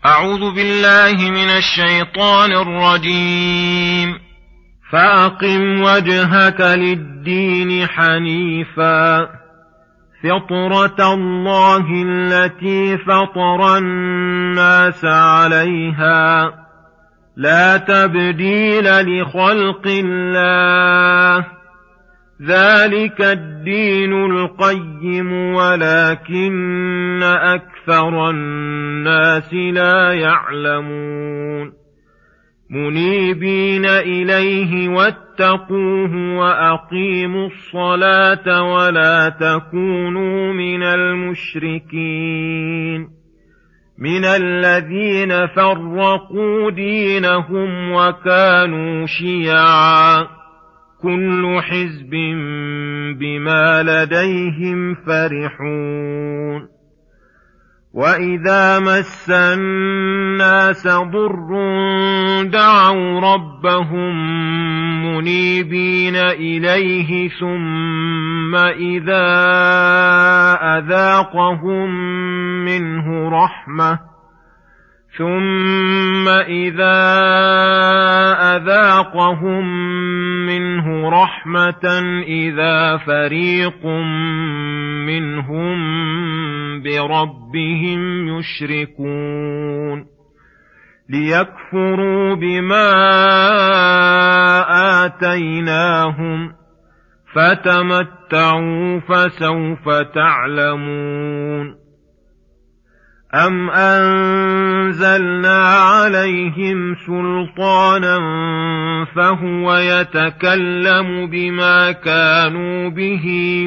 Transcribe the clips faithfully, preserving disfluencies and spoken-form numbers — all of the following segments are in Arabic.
أعوذ بالله من الشيطان الرجيم. فأقم وجهك للدين حنيفا فطرة الله التي فطر الناس عليها لا تبديل لخلق الله ذلك الدين القيم ولكن أكثر الناس لا يعلمون منيبين إليه واتقوه وأقيموا الصلاة ولا تكونوا من المشركين من الذين فرقوا دينهم وكانوا شيعا كل حزب بما لديهم فرحون وإذا مس الناس ضر دعوا ربهم منيبين إليه ثم إذا أذاقهم منه رحمة ثم إذا أذاقهم منه رحمة إذا فريق منهم بربهم يشركون ليكفروا بما آتيناهم فتمتعوا فسوف تعلمون أم أنزلنا عليهم سلطانا فهو يتكلم بما كانوا به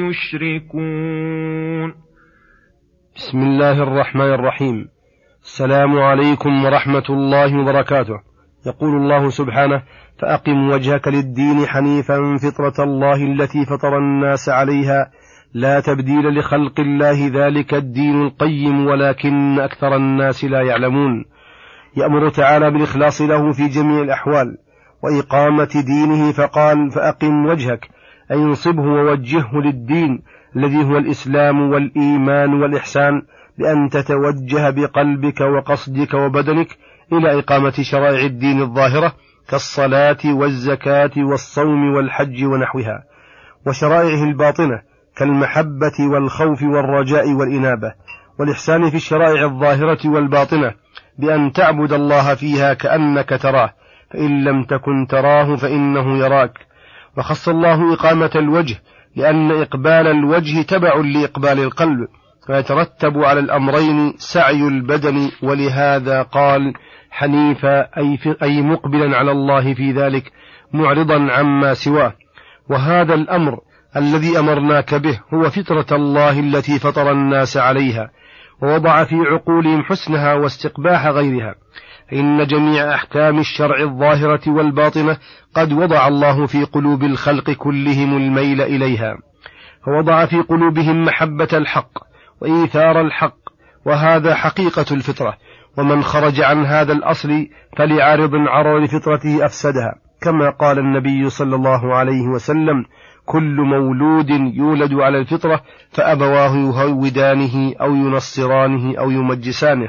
يشركون. بسم الله الرحمن الرحيم. السلام عليكم ورحمة الله وبركاته. يقول الله سبحانه: فأقم وجهك للدين حنيفا فطرة الله التي فطر الناس عليها لا تبديل لخلق الله ذلك الدين القيم ولكن أكثر الناس لا يعلمون. يأمر تعالى بالإخلاص له في جميع الأحوال وإقامة دينه، فقال: فأقم وجهك، أي انصبه ووجهه للدين الذي هو الإسلام والإيمان والإحسان، بأن تتوجه بقلبك وقصدك وبدنك إلى إقامة شرائع الدين الظاهرة كالصلاة والزكاة والصوم والحج ونحوها، وشرائعه الباطنة كالمحبة والخوف والرجاء والإنابة، والإحسان في الشرائع الظاهرة والباطنة بأن تعبد الله فيها كأنك تراه، فإن لم تكن تراه فإنه يراك. وخص الله إقامة الوجه لأن إقبال الوجه تبع لإقبال القلب، فيترتب على الأمرين سعي البدن، ولهذا قال حنيفا أي مقبلا على الله في ذلك معرضا عما سواه. وهذا الأمر الذي أمرناك به هو فطرة الله التي فطر الناس عليها، ووضع في عقولهم حسنها واستقباح غيرها، فإن جميع أحكام الشرع الظاهرة والباطنة قد وضع الله في قلوب الخلق كلهم الميل إليها، فوضع في قلوبهم محبة الحق وإيثار الحق، وهذا حقيقة الفطرة، ومن خرج عن هذا الأصل فلعارض عرى لفطرته أفسدها، كما قال النبي صلى الله عليه وسلم: كل مولود يولد على الفطرة فأبواه يهودانه أو ينصرانه أو يمجسانه.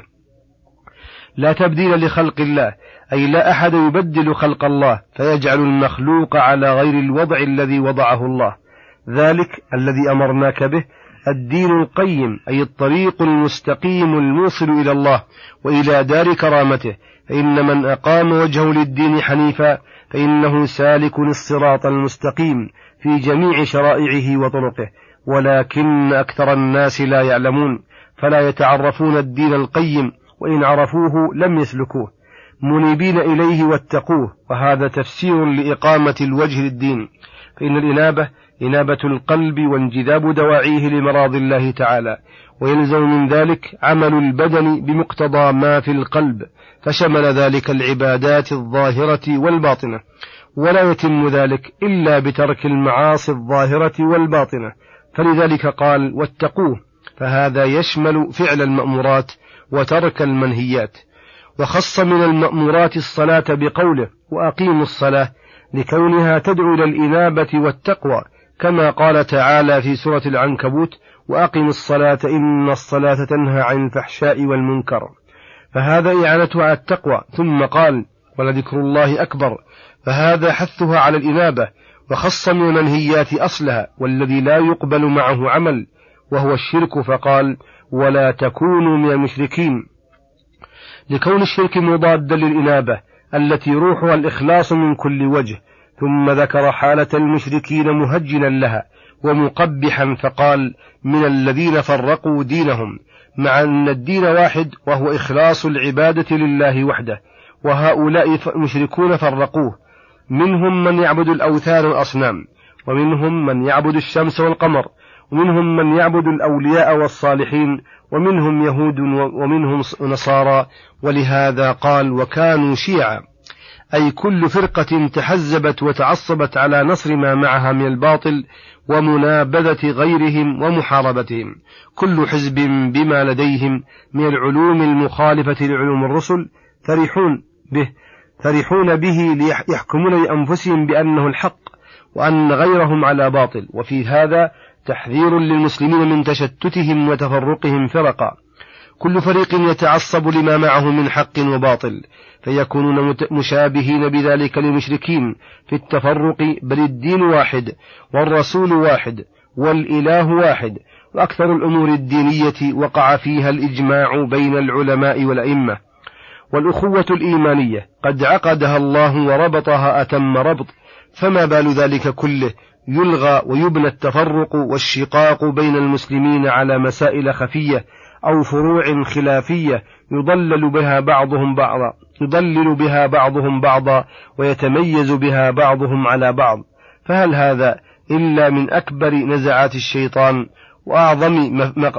لا تبديل لخلق الله، أي لا أحد يبدل خلق الله فيجعل المخلوق على غير الوضع الذي وضعه الله. ذلك الذي أمرناك به الدين القيم، أي الطريق المستقيم الموصل إلى الله وإلى دار كرامته، فإن من أقام وجهه للدين حنيفا فإنه سالك الصراط المستقيم في جميع شرائعه وطرقه، ولكن أكثر الناس لا يعلمون، فلا يتعرفون الدين القيم، وإن عرفوه لم يسلكوه. منيبين إليه واتقوه، وهذا تفسير لإقامة الوجه للدين، فإن الإنابة إنابة القلب وانجذاب دواعيه لمراض الله تعالى، ويلزم من ذلك عمل البدن بمقتضى ما في القلب، فشمل ذلك العبادات الظاهرة والباطنة، ولا يتم ذلك إلا بترك المعاصي الظاهرة والباطنة، فلذلك قال: واتقوه، فهذا يشمل فعل المأمورات وترك المنهيات. وخص من المأمورات الصلاة بقوله: وأقيموا الصلاة، لكونها تدعو إلى الإنابة والتقوى، كما قال تعالى في سورة العنكبوت: وأقم الصلاة إن الصلاة تنهى عن الفحشاء والمنكر. فهذا إعانته على التقوى. ثم قال: ولذكر الله أكبر، فهذا حثها على الإنابة، وخص من المنهيات أصلها والذي لا يقبل معه عمل، وهو الشرك، فقال: ولا تكونوا من المشركين، لكون الشرك مضادا للإنابة التي روحها الإخلاص من كل وجه. ثم ذكر حالة المشركين مهجنا لها ومقبحا، فقال: من الذين فرقوا دينهم، مع أن الدين واحد وهو إخلاص العبادة لله وحده، وهؤلاء مشركون فرقوه، منهم من يعبد الأوثان والأصنام، ومنهم من يعبد الشمس والقمر، ومنهم من يعبد الأولياء والصالحين، ومنهم يهود ومنهم نصارى. ولهذا قال: وكانوا شيعا، أي كل فرقة تحزبت وتعصبت على نصر ما معها من الباطل ومنابذة غيرهم ومحاربتهم، كل حزب بما لديهم من العلوم المخالفة لعلوم الرسل فرحون به فرحون به ليحكمون لأنفسهم بأنه الحق وأن غيرهم على باطل. وفي هذا تحذير للمسلمين من تشتتهم وتفرقهم فرقا، كل فريق يتعصب لما معه من حق وباطل، فيكونون مشابهين بذلك للمشركين في التفرق، بل الدين واحد والرسول واحد والإله واحد. وأكثر الأمور الدينية وقع فيها الإجماع بين العلماء والأئمة. والأخوة الإيمانية قد عقدها الله وربطها أتم ربط، فما بال ذلك كله يلغى ويبنى التفرق والشقاق بين المسلمين على مسائل خفية أو فروع خلافية يضلل بها بعضهم بعضا يضلل بها بعضهم بعضا ويتميز بها بعضهم على بعض. فهل هذا إلا من أكبر نزعات الشيطان وأعظم,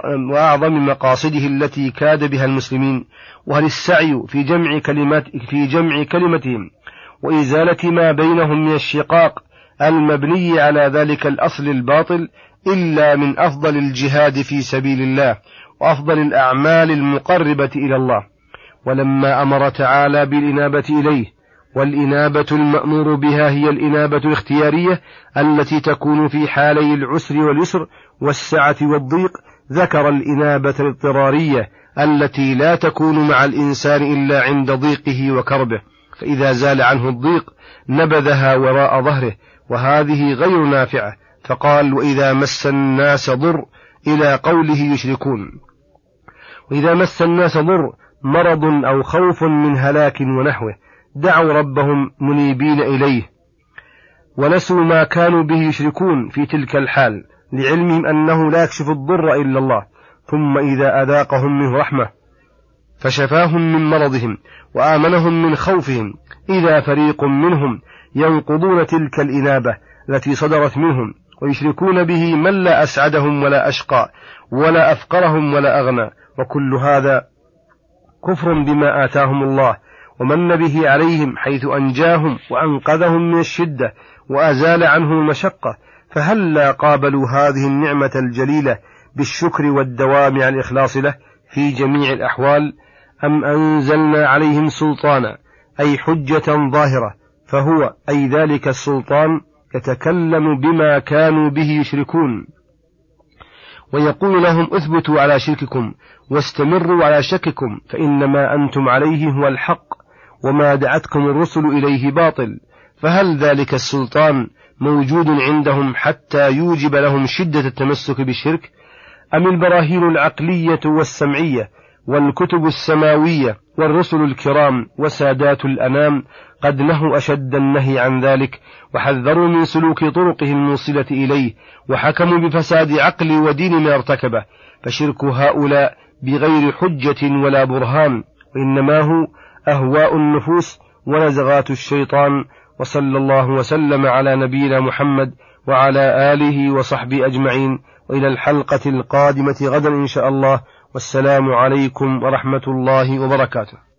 وأعظم مقاصده التي كاد بها المسلمين؟ وهل السعي في جمع, كلمات في جمع كلمتهم وإزالة ما بينهم من الشقاق المبني على ذلك الأصل الباطل إلا من أفضل الجهاد في سبيل الله وأفضل الأعمال المقربة إلى الله؟ ولما أمر تعالى بالإنابة إليه، والإنابة المأمور بها هي الإنابة الاختيارية التي تكون في حالي العسر واليسر والسعة والضيق، ذكر الإنابة الاضطرارية التي لا تكون مع الإنسان إلا عند ضيقه وكربه، فإذا زال عنه الضيق نبذها وراء ظهره، وهذه غير نافعة. فقال: وإذا مس الناس ضر، إلى قوله يشركون. وإذا مس الناس ضر مرض أو خوف من هلاك ونحوه دعوا ربهم منيبين إليه ونسوا ما كانوا به يشركون في تلك الحال، لعلمهم أنه لا يكشف الضر إلا الله، ثم إذا أذاقهم منه رحمة فشفاهم من مرضهم وآمنهم من خوفهم، إذا فريق منهم ينقضون تلك الإنابة التي صدرت منهم ويشركون به من لا أسعدهم ولا أشقى ولا أفقرهم ولا أغنى، وكل هذا كفر بما آتاهم الله ومن به عليهم، حيث أنجاهم وأنقذهم من الشدة وأزال عنهم المشقة. فهل لا قابلوا هذه النعمة الجليلة بالشكر والدوام على الإخلاص له في جميع الأحوال؟ أم أنزلنا عليهم سلطانا، أي حجة ظاهرة، فهو أي ذلك السلطان يتكلم بما كانوا به يشركون، ويقول لهم: اثبتوا على شرككم واستمروا على شككم، فإنما أنتم عليه هو الحق وما دعتكم الرسل إليه باطل. فهل ذلك السلطان موجود عندهم حتى يوجب لهم شدة التمسك بالشرك؟ أم البراهين العقلية والسمعية والكتب السماوية والرسل الكرام وسادات الأنام قد نهوا أشد النهي عن ذلك وحذروا من سلوك طرقه الموصلة إليه، وحكموا بفساد عقل ودين ما ارتكبه؟ فشرك هؤلاء بغير حجة ولا برهان، وإنما هو أهواء النفوس ونزغات الشيطان. وصلى الله وسلم على نبينا محمد وعلى آله وصحبه أجمعين، وإلى الحلقة القادمة غدا إن شاء الله، والسلام عليكم ورحمة الله وبركاته.